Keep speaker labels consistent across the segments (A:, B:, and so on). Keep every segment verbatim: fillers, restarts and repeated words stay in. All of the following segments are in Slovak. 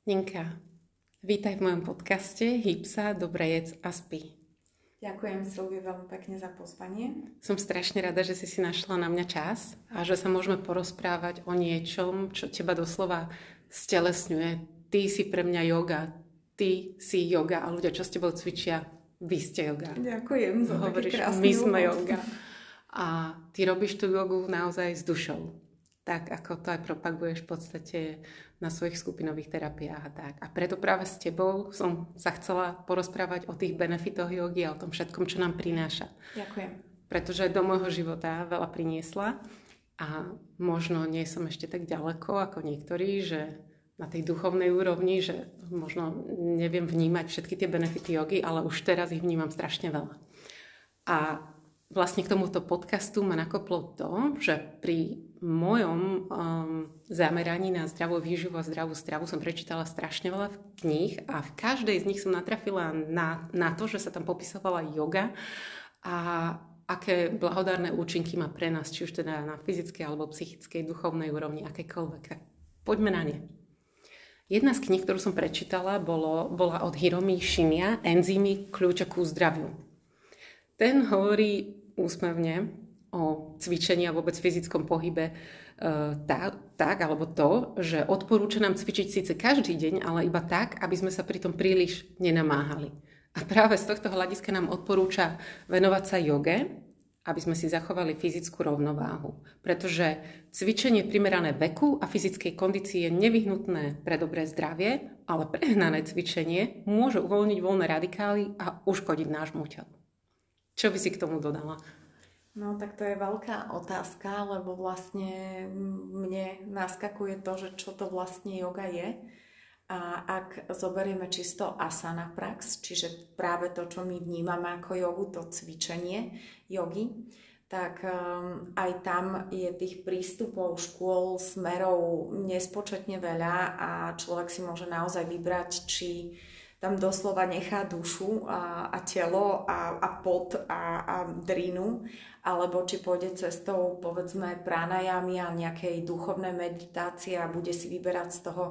A: Ninka, vítaj v mojom podcaste Hýb sa, dobre jedz a spí.
B: Ďakujem Silvi veľmi pekne za pozvanie.
A: Som strašne rada, že si si našla na mňa čas a že sa môžeme porozprávať o niečom, čo teba doslova stelesňuje. Ty si pre mňa yoga, ty si yoga a ľudia, čo s tebou cvičia, vy ste yoga.
B: Ďakujem za
A: Hovoríš,
B: taký krásny
A: my sme
B: úvod.
A: yoga. A ty robíš tú jogu naozaj s dušou. Tak, ako to aj propaguješ v podstate na svojich skupinových terapiách a tak. A preto práve s tebou som sa chcela porozprávať o tých benefitoch jogy a o tom všetkom, čo nám prináša.
B: Ďakujem.
A: Pretože do môjho života veľa priniesla a možno nie som ešte tak ďaleko ako niektorí, že na tej duchovnej úrovni, že možno neviem vnímať všetky tie benefity jogy, ale už teraz ich vnímam strašne veľa. A vlastne k tomuto podcastu ma nakoplo to, že pri mojom um, zameraní na zdravú výživu a zdravú stravu som prečítala strašne veľa kníh a v každej z nich som natrafila na, na to, že sa tam popisovala yoga a aké blahodárne účinky má pre nás, či už teda na fyzickej alebo psychickej, duchovnej úrovni, akékoľvek. Tak poďme na ne. Jedna z kníh, ktorú som prečítala, bolo, bola od Hiromi Shinya Enzymy kľúče ku zdraviu. Ten hovorí úsmevne o cvičení a vôbec fyzickom pohybe e, tá, tak, alebo to, že odporúča nám cvičiť síce každý deň, ale iba tak, aby sme sa pri tom príliš nenamáhali. A práve z tohto hľadiska nám odporúča venovať sa joge, aby sme si zachovali fyzickú rovnováhu. Pretože cvičenie primerané veku a fyzickej kondícii je nevyhnutné pre dobré zdravie, ale prehnané cvičenie môže uvoľniť voľné radikály a uškodiť nášmu telu. Čo by si k tomu dodala?
B: No tak to je veľká otázka, lebo vlastne mne naskakuje to, že čo to vlastne yoga je. A ak zoberieme čisto asana prax, čiže práve to, čo my vnímame ako jogu, to cvičenie jogy, tak um, aj tam je tých prístupov, škôl, smerov nespočetne veľa a človek si môže naozaj vybrať, či tam doslova nechá dušu a, a telo a, a pot a, a drinu, alebo či pôjde cestou, povedzme, pranajami a nejakej duchovnej meditácie a bude si vyberať z toho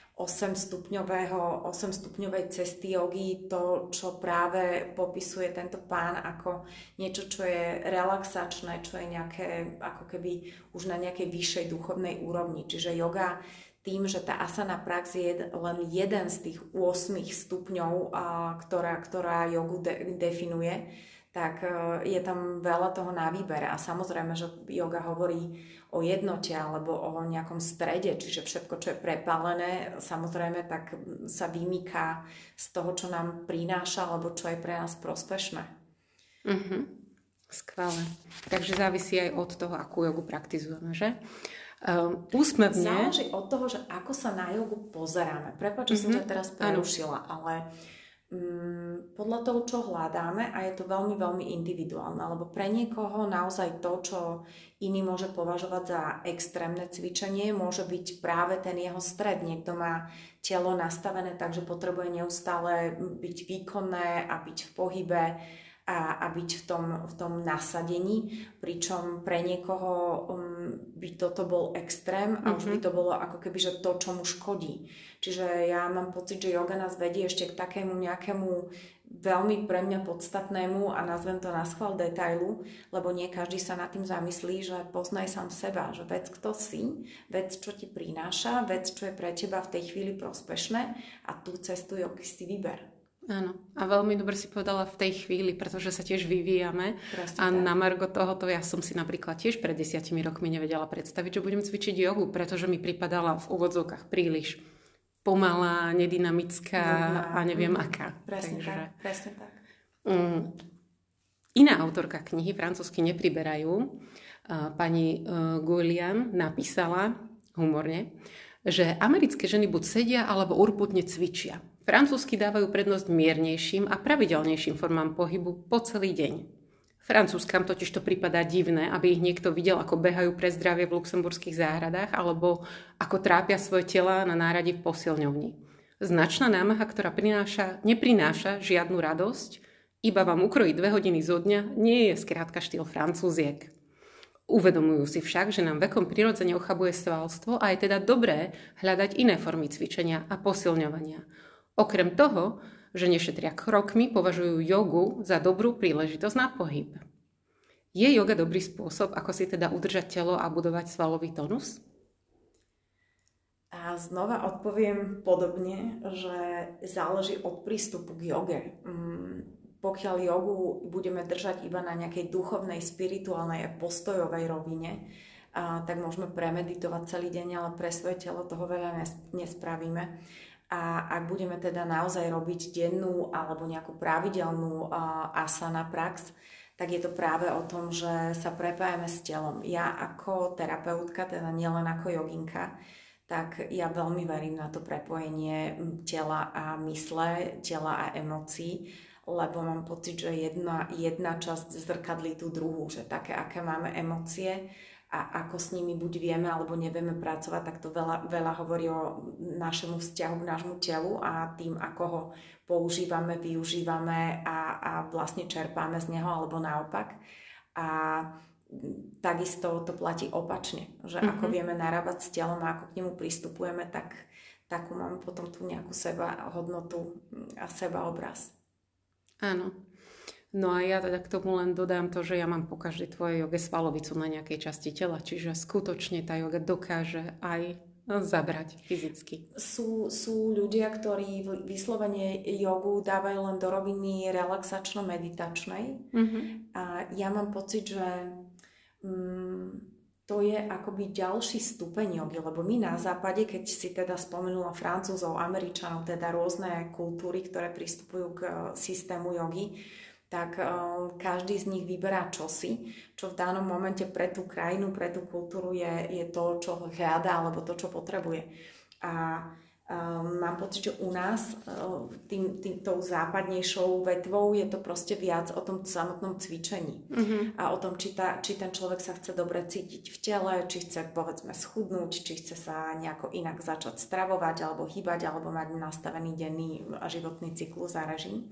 B: osemstupňového, osemstupňovej cesty jogy, to, čo práve popisuje tento pán ako niečo, čo je relaxačné, čo je nejaké, ako keby už na nejakej vyššej duchovnej úrovni. Čiže yoga tým, že tá asana prax je len jeden z tých ôsmich stupňov, ktorá, ktorá jogu de- definuje, tak je tam veľa toho na výber. A samozrejme, že yoga hovorí o jednote alebo o nejakom strede, čiže všetko, čo je prepálené, samozrejme, tak sa vymýka z toho, čo nám prináša alebo čo je pre nás prospešné.
A: Mhm. Skvelé. Takže závisí aj od toho, akú jogu praktizujeme, že? Um, úsmevne.
B: Záleží od toho, že ako sa na jogu pozeráme. Prepáč, že mm-hmm. som ťa teraz prerušila, ale um, podľa toho, čo hľadáme, a je to veľmi, veľmi individuálne, lebo pre niekoho naozaj to, čo iný môže považovať za extrémne cvičenie, môže byť práve ten jeho stred. Niekto má telo nastavené tak, že potrebuje neustále byť výkonné a byť v pohybe a, a byť v tom, v tom nasadení, pričom pre niekoho um, by toto bol extrém a mm-hmm. už by to bolo ako keby, že to, čo mu škodí. Čiže ja mám pocit, že yoga nás vedie ešte k takému nejakému veľmi pre mňa podstatnému a nazvem to naschvál detailu, lebo nie každý sa nad tým zamyslí, že poznaj sám seba, že vec, kto si, vec, čo ti prináša, vec, čo je pre teba v tej chvíli prospešné a tú cestu jogy si vyber.
A: Áno. A veľmi dobre si povedala v tej chvíli, pretože sa tiež vyvíjame.
B: Presne
A: a
B: tak.
A: na margo tohoto ja som si napríklad tiež pred desiatimi rokmi nevedela predstaviť, že budem cvičiť jogu, pretože mi pripadala v úvodzovkách príliš pomalá, nedynamická no, a neviem mm, aká.
B: Presne
A: Takže,
B: tak, presne tak.
A: Um, iná autorka knihy, francúzsky Nepriberajú, uh, pani uh, Guillian napísala humorne, že americké ženy buď sedia alebo urputne cvičia. Francúzsky dávajú prednosť miernejším a pravidelnejším formám pohybu po celý deň. Francúzskam totiž to pripadá divné, aby ich niekto videl, ako behajú pre zdravie v luxemburských záhradách alebo ako trápia svoje tela na nárade v posilňovni. Značná námaha, ktorá prináša, neprináša žiadnu radosť, iba vám ukrojí dve hodiny zo dňa, nie je skrátka štýl Francúziek. Uvedomujú si však, že nám vekom prirodzene ochabuje svalstvo a je teda dobré hľadať iné formy cvičenia a posilňovania. Okrem toho, že nešetria krokmi, považujú jogu za dobrú príležitosť na pohyb. Je joga dobrý spôsob, ako si teda udržať telo a budovať svalový tonus?
B: A znova odpoviem podobne, že záleží od prístupu k joge. Pokiaľ jogu budeme držať iba na nejakej duchovnej, spirituálnej a postojovej rovine, a tak môžeme premeditovať celý deň, ale pre svoje telo toho veľa nespravíme. A ak budeme teda naozaj robiť dennú alebo nejakú pravidelnú asana prax, tak je to práve o tom, že sa prepájame s telom. Ja ako terapeutka, teda nielen ako joginka, tak ja veľmi verím na to prepojenie tela a mysle, tela a emócií, lebo mám pocit, že jedna, jedna časť zrkadlí tú druhú, že také, aké máme emócie a ako s nimi buď vieme alebo nevieme pracovať, tak to veľa, veľa hovorí o našemu vzťahu k nášmu telu a tým, ako ho používame, využívame a, a vlastne čerpáme z neho alebo naopak. A takisto to platí opačne, že mm-hmm. ako vieme narábať s telom a ako k nemu pristupujeme, tak takú máme potom tú nejakú seba hodnotu a seba obraz.
A: Áno. No a ja teda k tomu len dodám to, že ja mám po každej tvojej joge svalovicu na nejakej časti tela, čiže skutočne tá joga dokáže aj zabrať fyzicky.
B: Sú, sú ľudia, ktorí vyslovene jogu dávajú len do roviny relaxačno-meditačnej. Mm-hmm. A ja mám pocit, že mm, to je akoby ďalší stupeň jogy, lebo my na západe, keď si teda spomenula Francúzov, Američanov, teda rôzne kultúry, ktoré pristupujú k systému jogy, tak um, každý z nich vyberá čosi, čo v danom momente pre tú krajinu, pre tú kultúru je, je to, čo hľadá, alebo to, čo potrebuje. A um, mám pocit, že u nás um, tým, tým, tou západnejšou vetvou je to proste viac o tom samotnom cvičení. Mm-hmm. A o tom, či, tá, či ten človek sa chce dobre cítiť v tele, či chce, povedzme, schudnúť, či chce sa nejako inak začať stravovať, alebo hýbať, alebo mať nastavený denný a životný cyklus a režim.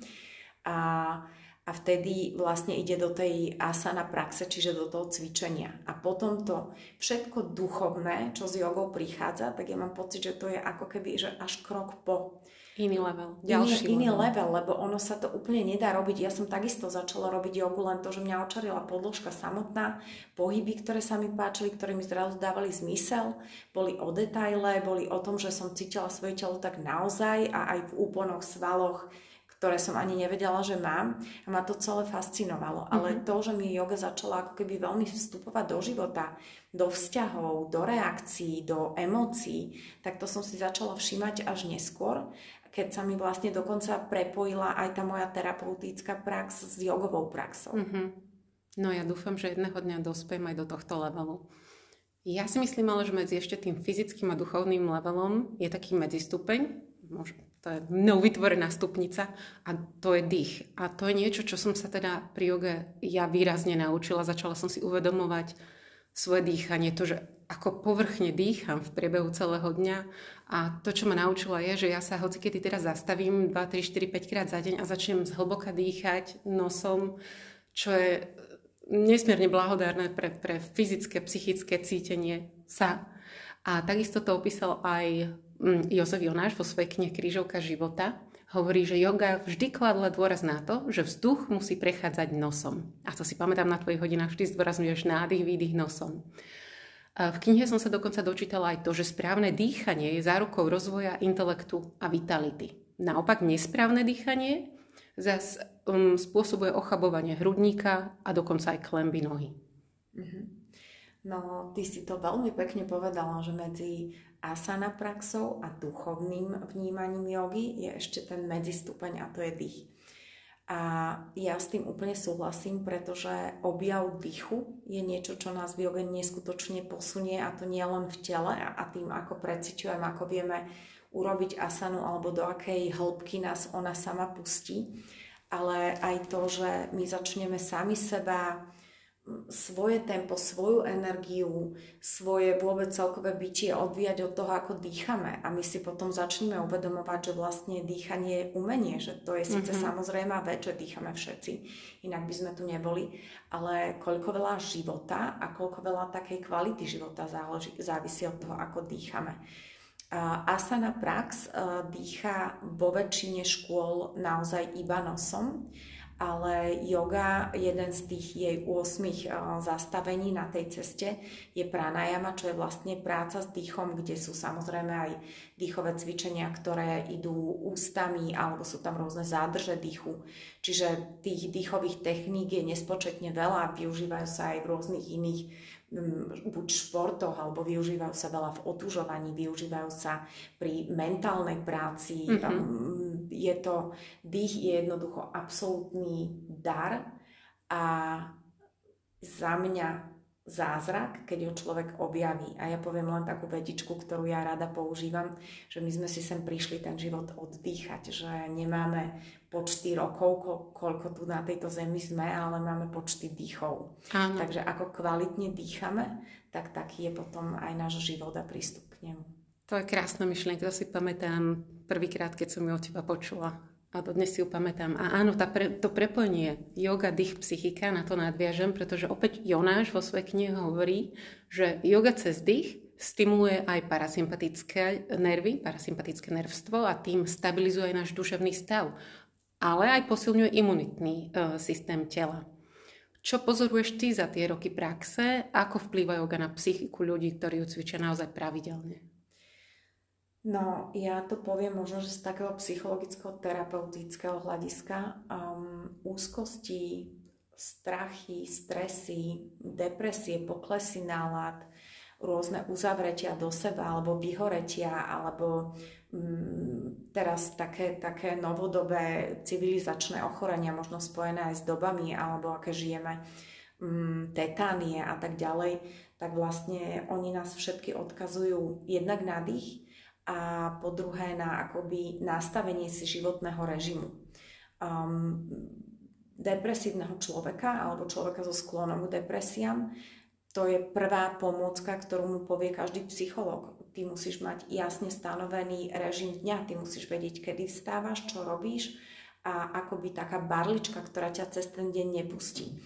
B: A A vtedy vlastne ide do tej asana praxe, čiže do toho cvičenia. A potom to všetko duchovné, čo s jogou prichádza, tak ja mám pocit, že to je ako keby, že až krok po.
A: Iný level.
B: Ďalší iný, iný level, lebo ono sa to úplne nedá robiť. Ja som takisto začala robiť jogu, len to, že mňa očarila podložka samotná, pohyby, ktoré sa mi páčili, ktoré mi zrazu dávali zmysel, boli o detaile, boli o tom, že som cítila svoje telo tak naozaj a aj v úponoch, svaloch, ktoré som ani nevedela, že mám, a ma to celé fascinovalo. Mm-hmm. Ale to, že mi joga začala ako keby veľmi vstupovať do života, do vzťahov, do reakcií, do emócií, tak to som si začala všímať až neskôr, keď sa mi vlastne dokonca prepojila aj tá moja terapeutická prax s jogovou praxou.
A: Mm-hmm. No ja dúfam, že jedného dňa dospiem aj do tohto levelu. Ja si myslím ale, že medzi ešte tým fyzickým a duchovným levelom je taký medzistupeň, možno to je mnou vytvorená stupnica a to je dých. A to je niečo, čo som sa teda pri joge ja výrazne naučila. Začala som si uvedomovať svoje dýchanie, to, že ako povrchne dýcham v priebehu celého dňa. A to, čo ma naučila, je, že ja sa hocikedy teraz zastavím dva, tri, štyri, päť krát za deň a začnem zhlboka dýchať nosom, čo je nesmierne blahodárne pre, pre fyzické, psychické cítenie sa. A takisto to opísal aj Jozef Jonáš vo svojej knihe Krížovka života. Hovorí, že joga vždy kladla dôraz na to, že vzduch musí prechádzať nosom. A to si pamätám, na tvojich hodinách vždy zdôrazňuješ nádych, výdych nosom. V knihe som sa dokonca dočítala aj to, že správne dýchanie je zárukou rozvoja intelektu a vitality. Naopak nesprávne dýchanie zas um, spôsobuje ochabovanie hrudníka a dokonca aj klenby nohy.
B: Mm-hmm. No, ty si to veľmi pekne povedala, že medzi asana praxou a duchovným vnímaním jogy je ešte ten medzistupeň a to je dých. A ja s tým úplne súhlasím, pretože objav dýchu je niečo, čo nás v joge neskutočne posunie, a to nie len v tele a tým, ako preciťujeme, ako vieme urobiť asanu alebo do akej hĺbky nás ona sama pustí, ale aj to, že my začneme sami seba svoje tempo, svoju energiu, svoje vôbec celkové bytie odvíjať od toho, ako dýchame. A my si potom začneme uvedomovať, že vlastne dýchanie je umenie, že to je síce mm-hmm. samozrejme vec, že dýchame všetci, inak by sme tu neboli, ale koľko veľa života a koľko veľa takej kvality života záleží, závisí od toho, ako dýchame. Asana prax dýcha vo väčšine škôl naozaj iba nosom, ale yoga, jeden z tých jej ôsmich zastavení na tej ceste je pranayama, čo je vlastne práca s dýchom, kde sú samozrejme aj dýchové cvičenia, ktoré idú ústami, alebo sú tam rôzne zádrže dýchu. Čiže tých dýchových techník je nespočetne veľa, využívajú sa aj v rôznych iných buď športoch, alebo využívajú sa veľa v otužovaní, využívajú sa pri mentálnej práci. Mm-hmm. Je to, dých je jednoducho absolútny dar a za mňa zázrak, keď ho človek objaví. A ja poviem len takú vedičku, ktorú ja rada používam, že my sme si sem prišli ten život oddýchať, že nemáme počty rokov, koľko tu na tejto zemi sme, ale máme počty dýchov. Áno. Takže ako kvalitne dýchame, tak taký je potom aj náš život a prístup k nemu.
A: To je krásna myšlienka, to si pamätám prvýkrát, keď som ju od teba počula. A dodnes si ju pamätám. A áno, tá pre, to prepojenie yoga, dých, psychika, na to nadviažem, pretože opäť Jonáš vo svojej knihe hovorí, že yoga cez dých stimuluje aj parasympatické nervy, parasympatické nervstvo a tým stabilizuje náš duševný stav. Ale aj posilňuje imunitný e, systém tela. Čo pozoruješ ty za tie roky praxe? Ako vplýva yoga na psychiku ľudí, ktorí ju cvičia naozaj pravidelne?
B: No, ja to poviem možno, že z takého psychologického, terapeutického hľadiska. Um, úzkosti, strachy, stresy, depresie, poklesy nálad, rôzne uzavretia do seba, alebo vyhoretia, alebo um, teraz také, také novodobé civilizačné ochorenia, možno spojené aj s dobami, alebo aké žijeme, um, tetánie a tak ďalej, tak vlastne oni nás všetky odkazujú jednak na dých, a po druhé na akoby nastavenie si životného režimu. Um, depresívneho človeka alebo človeka so sklonom k depresiám, to je prvá pomôcka, ktorú mu povie každý psychológ. Ty musíš mať jasne stanovený režim dňa, ty musíš vedieť, kedy vstávaš, čo robíš a akoby taká barlička, ktorá ťa cez ten deň nepustí.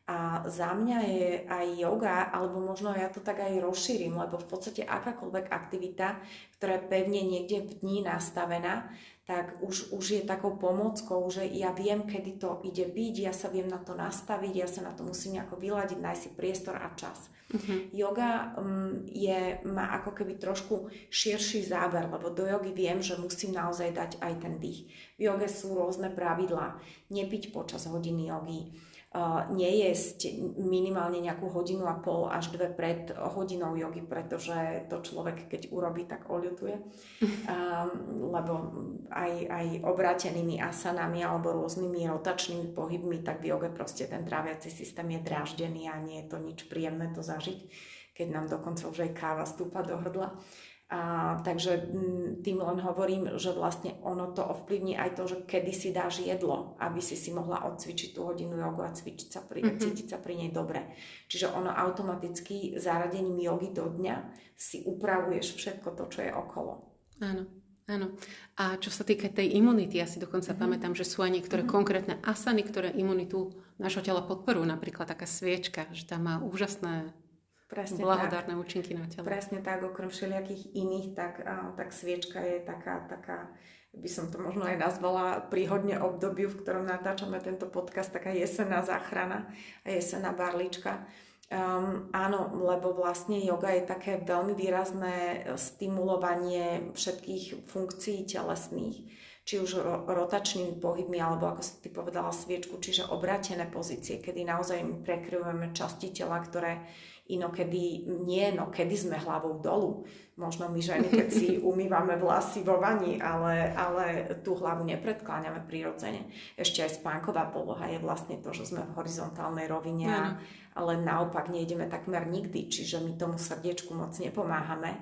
B: A za mňa je aj yoga, alebo možno ja to tak aj rozšírim, lebo v podstate akákoľvek aktivita, ktorá je pevne niekde v dni nastavená, tak už, už je takou pomôckou, že ja viem, kedy to ide byť, ja sa viem na to nastaviť, ja sa na to musím nejako vyladiť, nájsť si priestor a čas. Uh-huh. Yoga um, je, má ako keby trošku širší záber, lebo do jogy viem, že musím naozaj dať aj ten dých. V joge sú rôzne pravidlá. Nepiť počas hodiny jogy, Uh, nejesť minimálne nejakú hodinu a pol až dve pred hodinou jogy, pretože to človek, keď urobí, tak oľutuje. Um, lebo aj, aj obrátenými asanami alebo rôznymi rotačnými pohybmi, tak v joge proste ten tráviaci systém je dráždený a nie je to nič príjemné to zažiť, keď nám dokonca už aj káva stúpa do hrdla. A, takže tým len hovorím, že vlastne ono to ovplyvní aj to, že kedy si dáš jedlo, aby si si mohla odcvičiť tú hodinu jogu a cvičiť sa pri, mm-hmm. cítiť sa pri nej dobre. Čiže ono automaticky zaradením jogy do dňa si upravuješ všetko to, čo je okolo.
A: Áno, áno. A čo sa týka tej imunity, ja si dokonca mm-hmm. pamätám, že sú aj niektoré mm-hmm. konkrétne asany, ktoré imunitu nášho tela podporujú. Napríklad taká sviečka, že tam má úžasné Presne blahodárne tak. účinky na telo.
B: Presne tak, okrem všelijakých iných, tak, a, tak sviečka je taká, taká, by som to možno aj nazvala príhodne obdobiu, v ktorom natáčame tento podcast, taká jesenná záchrana a jesenná barlička. Um, áno, lebo vlastne yoga je také veľmi výrazné stimulovanie všetkých funkcií telesných, či už ro- rotačnými pohybmi, alebo ako si ty povedala sviečku, čiže obrátené pozície, kedy naozaj prekryjujeme časti tela, ktoré inokedy nie, no kedy sme hlavou dolu. Možno my ženy, keď si umývame vlasy vo vani, ale, ale tú hlavu nepredkláňame prirodzene. Ešte aj spánková poloha je vlastne to, že sme v horizontálnej rovine, a, ale naopak nejdeme takmer nikdy, čiže my tomu srdiečku moc nepomáhame.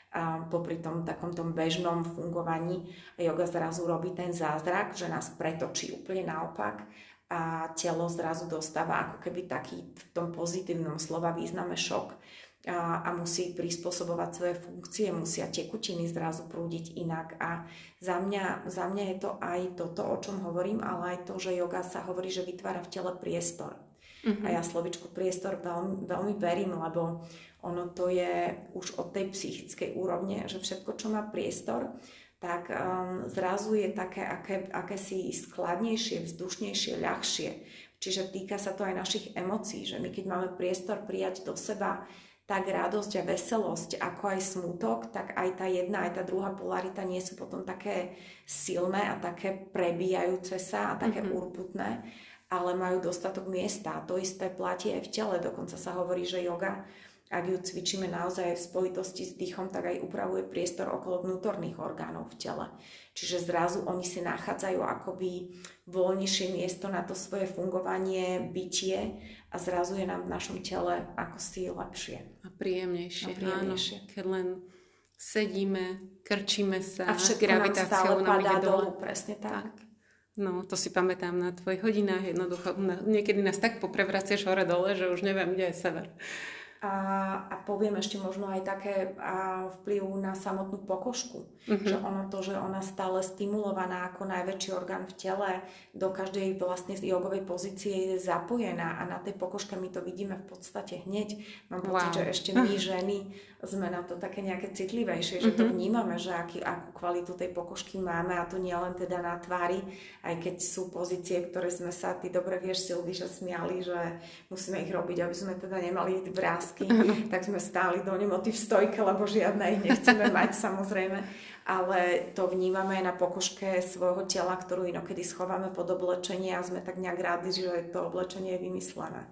B: A popri tom takom tom bežnom fungovaní yoga zrazu robí ten zázrak, že nás pretočí úplne naopak a telo zrazu dostáva ako keby taký v tom pozitívnom slova význame šok a, a musí prispôsobovať svoje funkcie, musia tekutiny zrazu prúdiť inak a za mňa, za mňa je to aj toto, o čom hovorím, ale aj to, že yoga sa hovorí, že vytvára v tele priestor. Mm-hmm. A ja slovičku priestor veľmi, veľmi verím, lebo ono to je už od tej psychickej úrovne, že všetko, čo má priestor, tak um, zrazu je také aké, akési skladnejšie, vzdušnejšie, ľahšie. Čiže týka sa to aj našich emócií, že my keď máme priestor prijať do seba tak radosť a veselosť, ako aj smutok, tak aj tá jedna, aj tá druhá polarita nie sú potom také silné a také prebíjajúce sa a také mm-hmm. urputné, ale majú dostatok miesta. A to isté platí aj v tele. Dokonca sa hovorí, že yoga, ak ju cvičíme naozaj v spojitosti s dýchom, tak aj upravuje priestor okolo vnútorných orgánov v tele. Čiže zrazu oni si nachádzajú akoby voľnejšie miesto na to svoje fungovanie, bytie a zrazu je nám v našom tele ako si lepšie.
A: A príjemnejšie.
B: A príjemnejšie.
A: Áno, keď len sedíme, krčíme sa,
B: a všetko nám stále padá dolu. Presne tak. tak.
A: No, to si pamätám na tvojich hodinách. Jednoducho, niekedy nás tak poprevracieš hore dole, že už neviem, kde je sever.
B: A, a poviem ešte možno aj také a vplyv na samotnú pokožku. Mm-hmm. Že ono to, že ona stále stimulovaná ako najväčší orgán v tele, do každej vlastne jogovej pozície je zapojená a na tej pokožke my to vidíme v podstate hneď. Mám pocit, wow. že ešte my ženy sme na to také nejaké citlivejšie, mm-hmm. že to vnímame, že aký, akú kvalitu tej pokožky máme a to nie len teda na tvári, aj keď sú pozície, ktoré sme sa, ty dobre vieš, Silvi, že smiali, že musíme ich robiť, aby sme teda nemali vrásky. Tak sme stáli do nemoty v stojke, lebo žiadne ich nechceme mať samozrejme, ale to vnímame aj na pokožke svojho tela, ktorú inokedy schováme pod oblečenie a sme tak nejak rádi, že to oblečenie je vymyslené.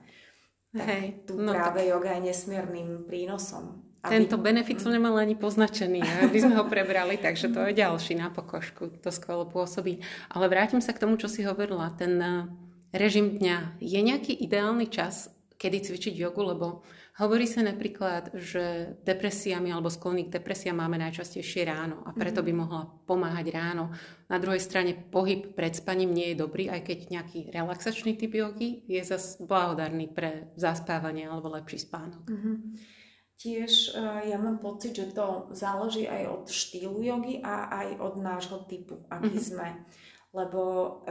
B: Hej, tu no práve tak... yoga je nesmiernym prínosom. Aby...
A: Tento benefit som nemala ani poznačený, aby sme ho prebrali, takže to je ďalší na pokožku, to skvelo pôsobí. Ale vrátim sa k tomu, čo si hovorila, ten režim dňa. Je nejaký ideálny čas, kedy cvičiť jogu, lebo hovorí sa napríklad, že depresiami alebo sklony k depresiám máme najčastejšie ráno a preto by mohla pomáhať ráno. Na druhej strane pohyb pred spaním nie je dobrý, aj keď nejaký relaxačný typ jogy je zase blahodarný pre zaspávanie alebo lepší spánok. Mm-hmm.
B: Tiež ja mám pocit, že to záleží aj od štýlu jogy a aj od nášho typu, aký mm-hmm. sme. Lebo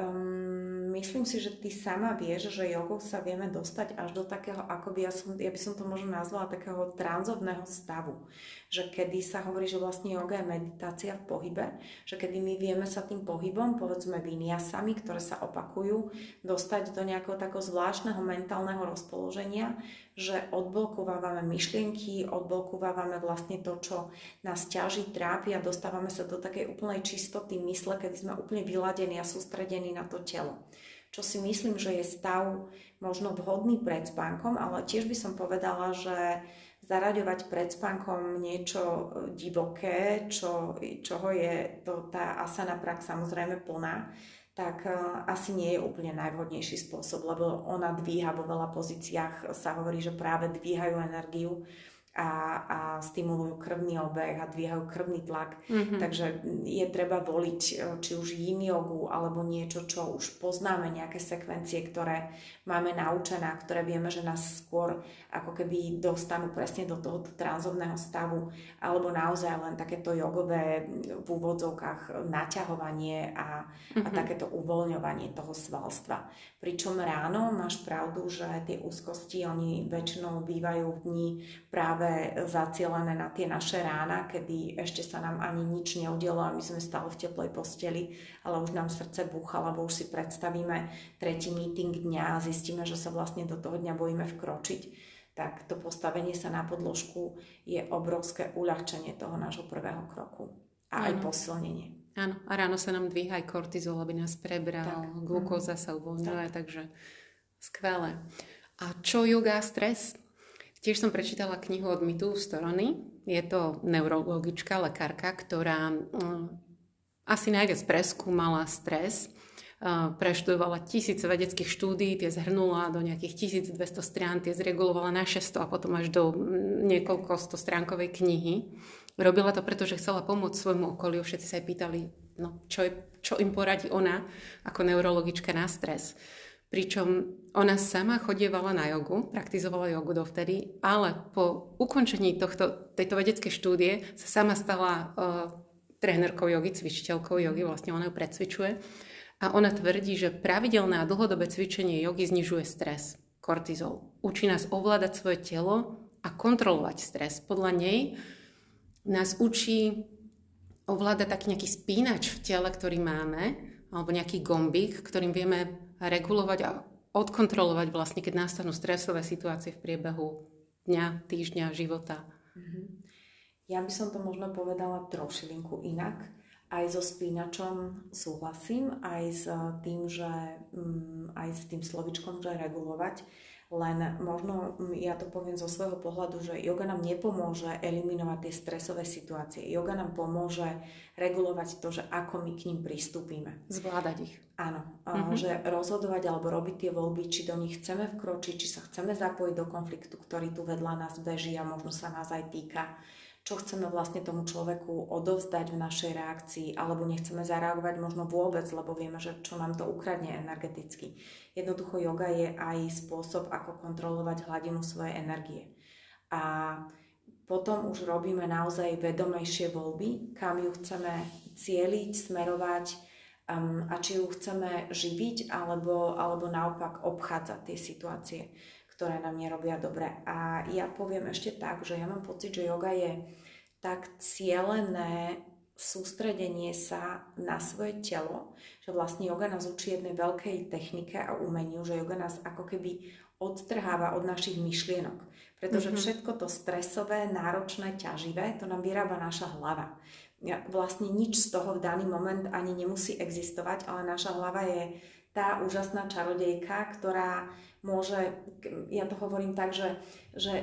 B: um, myslím si, že ty sama vieš, že jogou sa vieme dostať až do takého, akoby ja, som, ja by som to možno nazvala takého tranzovného stavu. Že kedy sa hovorí, že vlastne joga je meditácia v pohybe, že kedy my vieme sa tým pohybom, povedzme vinyasami, ktoré sa opakujú, dostať do nejakého takého zvláštneho mentálneho rozpoloženia, že odblokúvávame myšlienky, odblokúvávame vlastne to, čo nás ťaží, trápi a dostávame sa do takej úplnej čistoty mysle, kedy sme úplne vyladení a sústredení na to telo. Čo si myslím, že je stav možno vhodný pred spánkom, ale tiež by som povedala, že zaraďovať pred spánkom niečo divoké, čo, čoho je to, tá asana prax samozrejme plná, tak asi nie je úplne najvhodnejší spôsob, lebo ona dvíha vo veľa pozíciách, sa hovorí, že práve dvíhajú energiu a, a stimulujú krvný obeh a dvíhajú krvný tlak. Mm-hmm. Takže je treba voliť či už yin jogu alebo niečo, čo už poznáme, nejaké sekvencie, ktoré máme naučené, ktoré vieme, že nás skôr ako keby dostanú presne do tohoto tranzovného stavu, alebo naozaj len takéto jogové v úvodzovkách naťahovanie a, mm-hmm. a takéto uvoľňovanie toho svalstva. Pričom ráno máš pravdu, že tie úzkosti, oni väčšinou bývajú v dni práve zacielené na tie naše rána, kedy ešte sa nám ani nič neudialo a my sme stále v teplej posteli, ale už nám srdce búcha, lebo už si predstavíme tretí meeting dňa a zistíme, že sa vlastne do toho dňa bojíme vkročiť. Tak to postavenie sa na podložku je obrovské uľahčenie toho nášho prvého kroku a aj posilnenie.
A: Áno, a ráno sa nám dvíha aj kortizol, aby nás prebral, tak. glukóza sa uvoľňuje, tak. takže skvelé. A čo yoga a stres? Tiež som prečítala knihu od Mitu Storony. Je to neurologička, lekárka, ktorá um, asi najviac preskúmala stres. Uh, preštudovala tisíce vedeckých štúdií, tie zhrnula do nejakých tisícdvesto strán, tie zregulovala na šesťsto a potom až do niekoľko stostránkovej knihy. Robila to preto, že chcela pomôcť svojmu okoliu. Všetci sa jej pýtali, no, čo, je, čo im poradí ona ako neurologička na stres. Pričom ona sama chodievala na jogu, praktizovala jogu dovtedy, ale po ukončení tohto, tejto vedeckej štúdie sa sama stala uh, trénerkou jogy, cvičiteľkou jogy, vlastne ona ju precvičuje. A ona tvrdí, že pravidelné a dlhodobé cvičenie jogy znižuje stres, kortizol. Učí nás ovládať svoje telo a kontrolovať stres. Podľa nej nás učí ovládať taký nejaký spínač v tele, ktorý máme, alebo nejaký gombík, ktorým vieme regulovať a odkontrolovať vlastne, keď nastanú stresové situácie v priebehu dňa, týždňa, života.
B: Mm-hmm. Ja by som to možno povedala trošilinku inak. Aj so spínačom súhlasím, aj s tým, že um, aj s tým slovičkom, že regulovať. Len možno ja to poviem zo svojho pohľadu, že yoga nám nepomôže eliminovať tie stresové situácie. Yoga nám pomôže regulovať to, že ako my k ním pristúpime.
A: Zvládať ich.
B: Áno, mm-hmm. že rozhodovať alebo robiť tie voľby, či do nich chceme vkročiť, či sa chceme zapojiť do konfliktu, ktorý tu vedľa nás beží a možno sa nás aj týka. Čo chceme vlastne tomu človeku odovzdať v našej reakcii, alebo nechceme zareagovať možno vôbec, lebo vieme, že čo nám to ukradne energeticky. Jednoducho yoga je aj spôsob, ako kontrolovať hladinu svojej energie. A potom už robíme naozaj vedomejšie voľby, kam ju chceme cieliť, smerovať um, a či ju chceme živiť, alebo, alebo naopak obchádzať tie situácie, ktoré nám nerobia dobre. A ja poviem ešte tak, že ja mám pocit, že yoga je tak cielené sústredenie sa na svoje telo, že vlastne yoga nás učí jednej veľkej technike a umeniu, že yoga nás ako keby odtrháva od našich myšlienok. Pretože mm-hmm. všetko to stresové, náročné, ťaživé, to nám vyrába naša hlava. Vlastne nič z toho v daný moment ani nemusí existovať, ale naša hlava je tá úžasná čarodejka, ktorá môže, ja to hovorím tak, že, že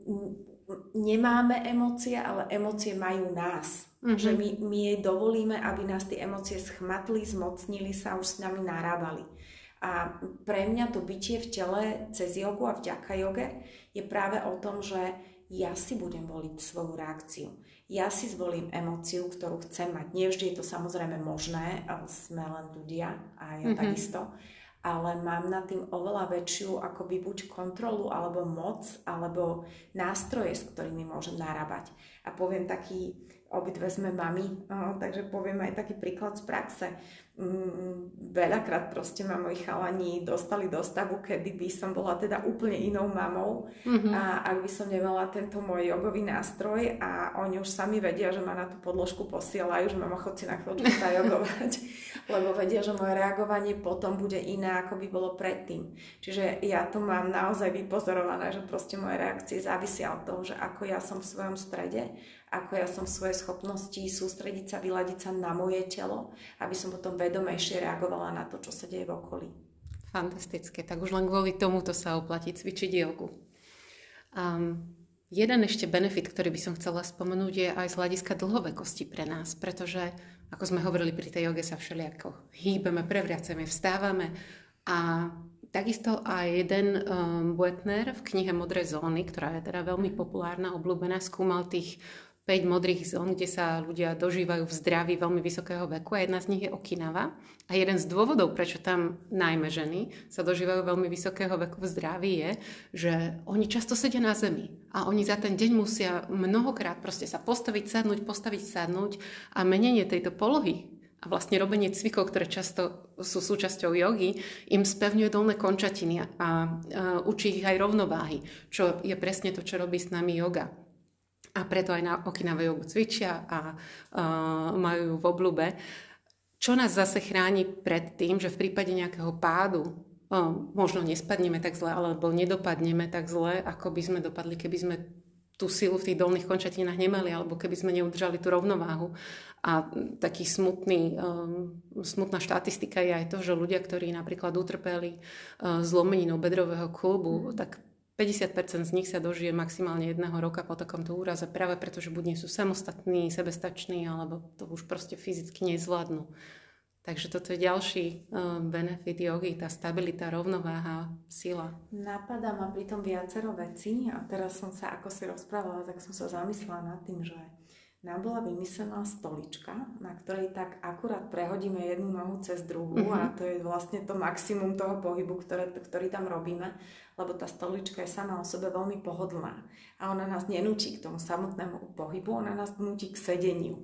B: nemáme emócie, ale emócie majú nás. Mm-hmm. Že my, my jej dovolíme, aby nás tie emócie schmatli, zmocnili sa, už s nami narábali. A pre mňa to bytie v tele cez jogu a vďaka joge je práve o tom, že ja si budem voliť svoju reakciu. Ja si zvolím emóciu, ktorú chcem mať. Nevždy je to samozrejme možné, ale sme len ľudia a ja mm-hmm. takisto. Ale mám nad tým oveľa väčšiu akoby buď kontrolu, alebo moc, alebo nástroje, s ktorými môžem narábať. A poviem taký, obidve sme mami, oh, takže poviem aj taký príklad z praxe. Mm, veľakrát proste ma moji chalani dostali do stavu, kedy by som bola teda úplne inou mamou mm-hmm. a ak by som nemala tento môj jogový nástroj a oni už sami vedia, že ma na tú podložku posielajú, že mama chod si na chvíľu zajogovať, lebo vedia, že moje reagovanie potom bude iné, ako by bolo predtým. Čiže ja to mám naozaj vypozorované, že proste moje reakcie závisia od toho, že ako ja som v svojom strede, ako ja som v svojej schopnosti sústrediť sa, vyladiť sa na moje telo, aby som potom vedomejšie reagovala na to, čo sa deje v okolí.
A: Fantastické. Tak už len kvôli tomuto sa oplatí cvičiť jogu. Um, jeden ešte benefit, ktorý by som chcela spomenúť, je aj z hľadiska dlhovekosti pre nás, pretože, ako sme hovorili, pri tej joge sa všelijako hýbeme, prevriacame, vstávame a takisto aj jeden um, Buettner v knihe Modré zóny, ktorá je teda veľmi populárna, obľúbená, skúmal tých päť modrých zón, kde sa ľudia dožívajú v zdraví veľmi vysokého veku a jedna z nich je Okinawa. A jeden z dôvodov, prečo tam najmä ženy sa dožívajú veľmi vysokého veku v zdraví je, že oni často sedia na zemi a oni za ten deň musia mnohokrát proste sa postaviť, sadnúť, postaviť, sadnúť a menenie tejto polohy a vlastne robenie cvikov, ktoré často sú súčasťou jogy, im spevňuje dolné končatiny a, a učí ich aj rovnováhy, čo je presne to, čo robí s nami joga. A preto aj na Okinawe jogu cvičia a uh, majú ju v obľúbe. Čo nás zase chráni pred tým, že v prípade nejakého pádu uh, možno nespadneme tak zle, alebo nedopadneme tak zle, ako by sme dopadli, keby sme tú silu v tých dolných končatinách nemali, alebo keby sme neudržali tú rovnováhu. A taký smutný, um, smutná štatistika je aj to, že ľudia, ktorí napríklad utrpeli uh, zlomeninou bedrového kĺbu, tak päťdesiat percent z nich sa dožije maximálne jedného roka po takomto úraze, práve preto, že buď nie sú samostatní, sebestační, alebo to už proste fyzicky nezvládnu. Takže toto je ďalší uh, benefit jogy, tá stabilita, rovnováha, sila.
B: Napadá ma pri tom viacero vecí a teraz som sa, ako si rozprávala, tak som sa zamyslela nad tým, že nám bola vymyslená stolička, na ktorej tak akurát prehodíme jednu nohu cez druhú mm-hmm. a to je vlastne to maximum toho pohybu, ktoré, ktorý tam robíme, lebo tá stolička je sama o sebe veľmi pohodlná a ona nás nenúči k tomu samotnému pohybu, ona nás núti k sedeniu.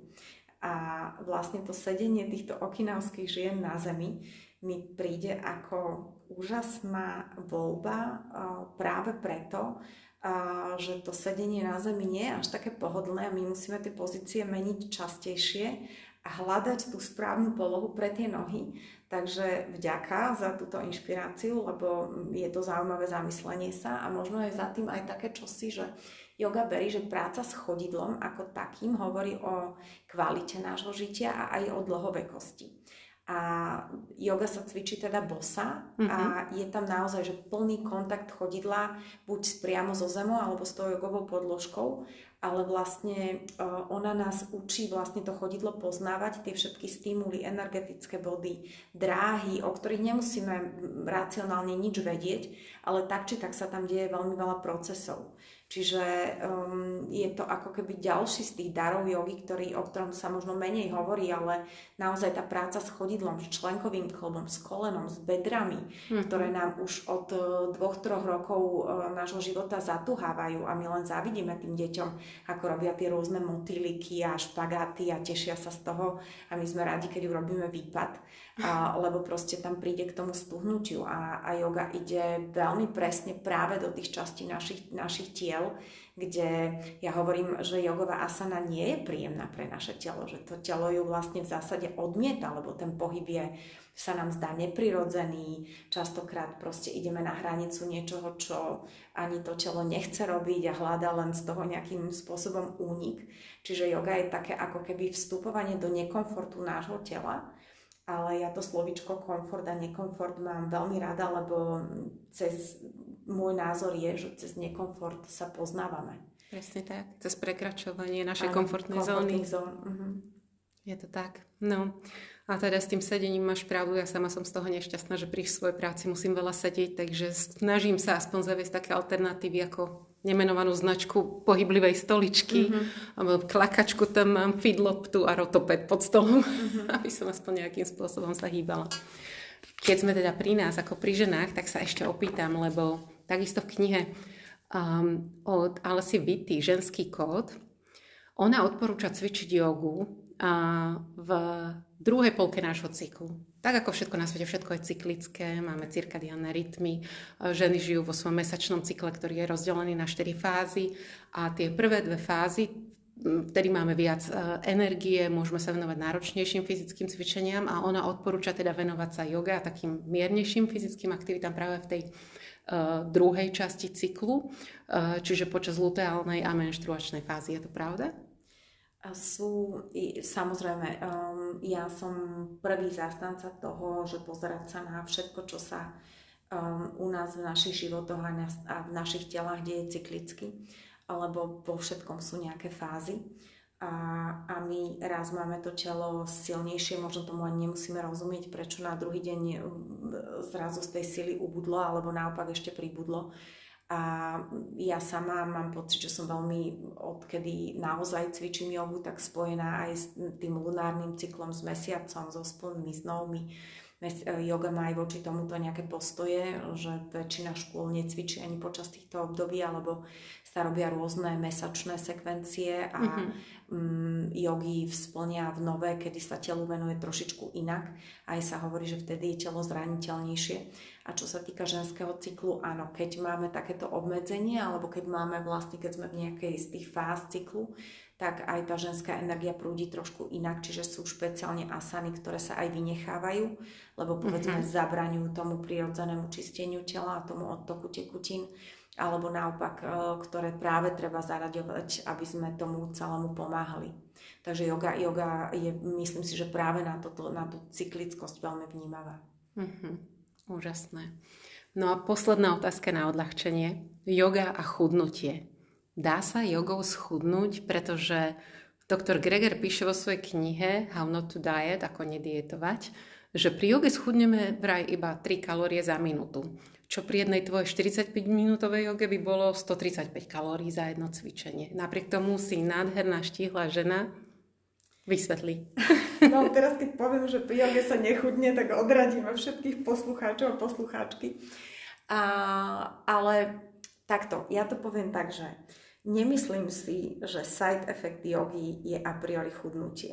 B: A vlastne to sedenie týchto okinavských žien na zemi mi príde ako úžasná voľba práve preto, a že to sedenie na zemi nie je až také pohodlné a my musíme tie pozície meniť častejšie a hľadať tú správnu polohu pre tie nohy. Takže vďaka za túto inšpiráciu, lebo je to zaujímavé zamyslenie sa a možno je za tým aj také čosi, že yoga verí, že práca s chodidlom ako takým hovorí o kvalite nášho žitia a aj o dlhovekosti. A yoga sa cvičí teda bosa mm-hmm. a je tam naozaj že plný kontakt chodidla buď priamo zo zemou alebo s tou jogovou podložkou, ale vlastne uh, ona nás učí vlastne to chodidlo poznávať, tie všetky stimuly, energetické body, dráhy, o ktorých nemusíme racionálne nič vedieť, ale tak či tak sa tam deje veľmi veľa procesov. Čiže um, je to ako keby ďalší z tých darov jogy, ktorý, o ktorom sa možno menej hovorí, ale naozaj tá práca s chodidlom, s členkovým klbom, s kolenom, s bedrami, mm-hmm. ktoré nám už od dvoch, troch rokov uh, nášho života zatuhávajú a my len závidíme tým deťom, ako robia tie rôzne motýliky a špagáty a tešia sa z toho a my sme radi, keď urobíme výpad, a, lebo proste tam príde k tomu stuhnutiu a, a yoga ide veľmi presne práve do tých častí našich, našich tiel, kde ja hovorím, že jogová asana nie je príjemná pre naše telo, že to telo ju vlastne v zásade odmieta, lebo ten pohyb je, sa nám zdá neprirodzený, častokrát proste ideme na hranicu niečoho, čo ani to telo nechce robiť a hľadá len z toho nejakým spôsobom únik. Čiže yoga je také ako keby vstupovanie do nekomfortu nášho tela, ale ja to slovíčko komfort a nekomfort mám veľmi rada, lebo cez môj názor je, že cez nekomfort sa poznávame.
A: Presne tak, cez prekračovanie našej komfortnej zóny.
B: Zón. Uh-huh.
A: Je to tak. No a teda s tým sedením máš pravdu, ja sama som z toho nešťastná, že pri svojej práci musím veľa sedieť, takže snažím sa aspoň zaviesť také alternatívy ako nemenovanú značku pohyblivej stoličky, mm-hmm. klakačku, tam mám feedloptu a rotoped pod stolom, mm-hmm. aby som aspoň nejakým spôsobom sa hýbala. Keď sme teda pri nás, ako pri ženách, tak sa ešte opýtam, lebo takisto v knihe um, od Alessy Vitti, Ženský kód, ona odporúča cvičiť jogu a v druhej polke nášho cyklu. Tak ako všetko na svete, všetko je cyklické, máme cirkadiánne rytmy, ženy žijú vo svojom mesačnom cykle, ktorý je rozdelený na štyri fázy a tie prvé dve fázy, vtedy máme viac energie, môžeme sa venovať náročnejším fyzickým cvičeniam a ona odporúča teda venovať sa joga a takým miernejším fyzickým aktivitám práve v tej uh, druhej časti cyklu, uh, čiže počas luteálnej a menštruačnej fázy. Je to pravda?
B: Sú, samozrejme, um, ja som prvý zástanca toho, že pozerať sa na všetko, čo sa um, u nás v našich životoch a, na, a v našich telách deje cyklicky, alebo vo všetkom sú nejaké fázy. A, a my raz máme to telo silnejšie, možno tomu ani nemusíme rozumieť, prečo na druhý deň zrazu z tej sily ubudlo, alebo naopak ešte pribudlo. A ja sama mám pocit, že som veľmi, odkedy naozaj cvičím jogu, tak spojená aj s tým lunárnym cyklom, s mesiacom, so splnými snovmi. Yoga má aj voči tomuto nejaké postoje, že väčšina škôl necvičí ani počas týchto období, alebo sa robia rôzne mesačné sekvencie a mm-hmm. um, jogy splnia v nové, kedy sa telu venuje trošičku inak. Aj sa hovorí, že vtedy je telo zraniteľnejšie. A čo sa týka ženského cyklu, áno, keď máme takéto obmedzenie, alebo keď máme vlastne, keď sme v nejakej z tých fáz cyklu, tak aj tá ženská energia prúdi trošku inak, čiže sú špeciálne asany, ktoré sa aj vynechávajú, lebo povedzme mm-hmm. zabraňujú tomu prirodzenému čisteniu tela a tomu odtoku tekutín, alebo naopak, ktoré práve treba zaraďovať, aby sme tomu celému pomáhali. Takže yoga, yoga je, myslím si, že práve na, toto, na tú cyklickosť veľmi vnímavá.
A: Mm-hmm. Úžasné. No a posledná otázka na odľahčenie. Yoga a chudnutie. Dá sa jogou schudnúť, pretože doktor Greger píše vo svojej knihe How not to diet, ako nedietovať, že pri joge schudneme vraj iba tri kalórie za minútu, čo pri jednej tvojej štyridsaťpäťminútovej joge by bolo stotridsaťpäť kalórií za jedno cvičenie. Napriek tomu si nádherná, štíhla žena. Vysvetli.
B: No teraz keď poviem, že pri joge sa nechudne, tak odradíme všetkých poslucháčov a poslucháčky. A, ale takto, ja to poviem tak, že nemyslím si, že side effect jogy je a priori chudnutie.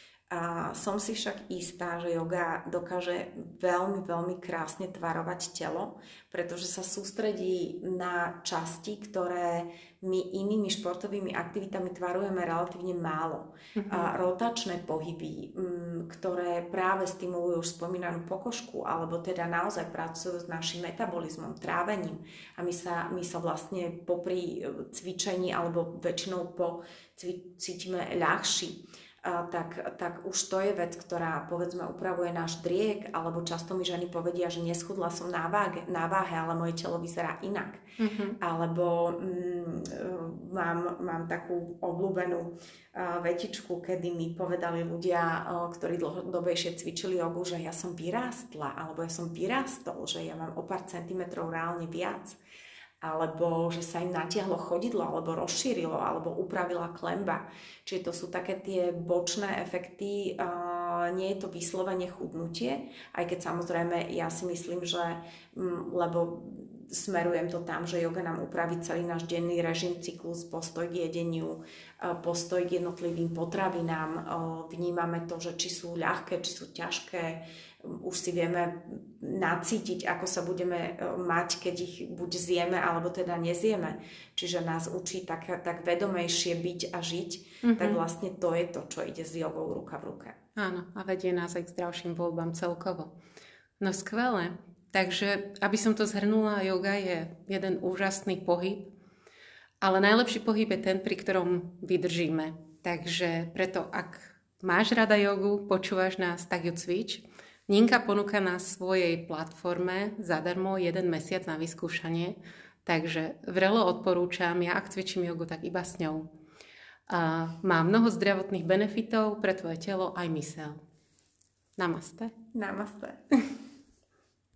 B: A som si však istá, že yoga dokáže veľmi, veľmi krásne tvarovať telo, pretože sa sústredí na časti, ktoré my inými športovými aktivitami tvarujeme relatívne málo. Mm-hmm. A rotačné pohyby, ktoré práve stimulujú už spomínanú pokožku, alebo teda naozaj pracujú s našim metabolizmom, trávením. A my sa, my sa vlastne popri cvičení alebo väčšinou po cvi- cítime ľahší. A tak, tak už to je vec, ktorá povedzme upravuje náš driek, alebo často mi ženy povedia, že neschudla som na váhe, na váhe ale moje telo vyzerá inak. Mm-hmm. Alebo mm, mám, mám takú obľúbenú uh, vetičku, kedy mi povedali ľudia, uh, ktorí dlhodobejšie cvičili jogu, že ja som vyrástla, alebo ja som vyrástol, že ja mám o pár centimetrov reálne viac. Alebo že sa im natiahlo chodidlo, alebo rozšírilo, alebo upravila klemba. Čiže to sú také tie bočné efekty, uh, nie je to vyslovene chudnutie, aj keď samozrejme ja si myslím, že um, lebo smerujem to tam, že joga nám upraví celý náš denný režim, cyklus, postoj k jedeniu, uh, postoj k jednotlivým potravinám, uh, vnímame to, že či sú ľahké, či sú ťažké, už si vieme nacítiť, ako sa budeme mať, keď ich buď zjeme, alebo teda nezjeme. Čiže nás učí tak, tak vedomejšie byť a žiť. Mm-hmm. Tak vlastne to je to, čo ide s jogou ruka v ruke.
A: Áno, a vedie nás aj k zdravším voľbám celkovo. No skvelé. Takže, aby som to zhrnula, yoga je jeden úžasný pohyb, ale najlepší pohyb je ten, pri ktorom vydržíme. Takže preto, ak máš rada jogu, počúvaš nás, tak ju cvič. Ninka ponúka na svojej platforme zadarmo jeden mesiac na vyskúšanie, takže vrelo odporúčam, ja ak cvičím jogu, tak iba s ňou. A má mnoho zdravotných benefitov pre tvoje telo aj myseľ. Namaste.
B: Namaste.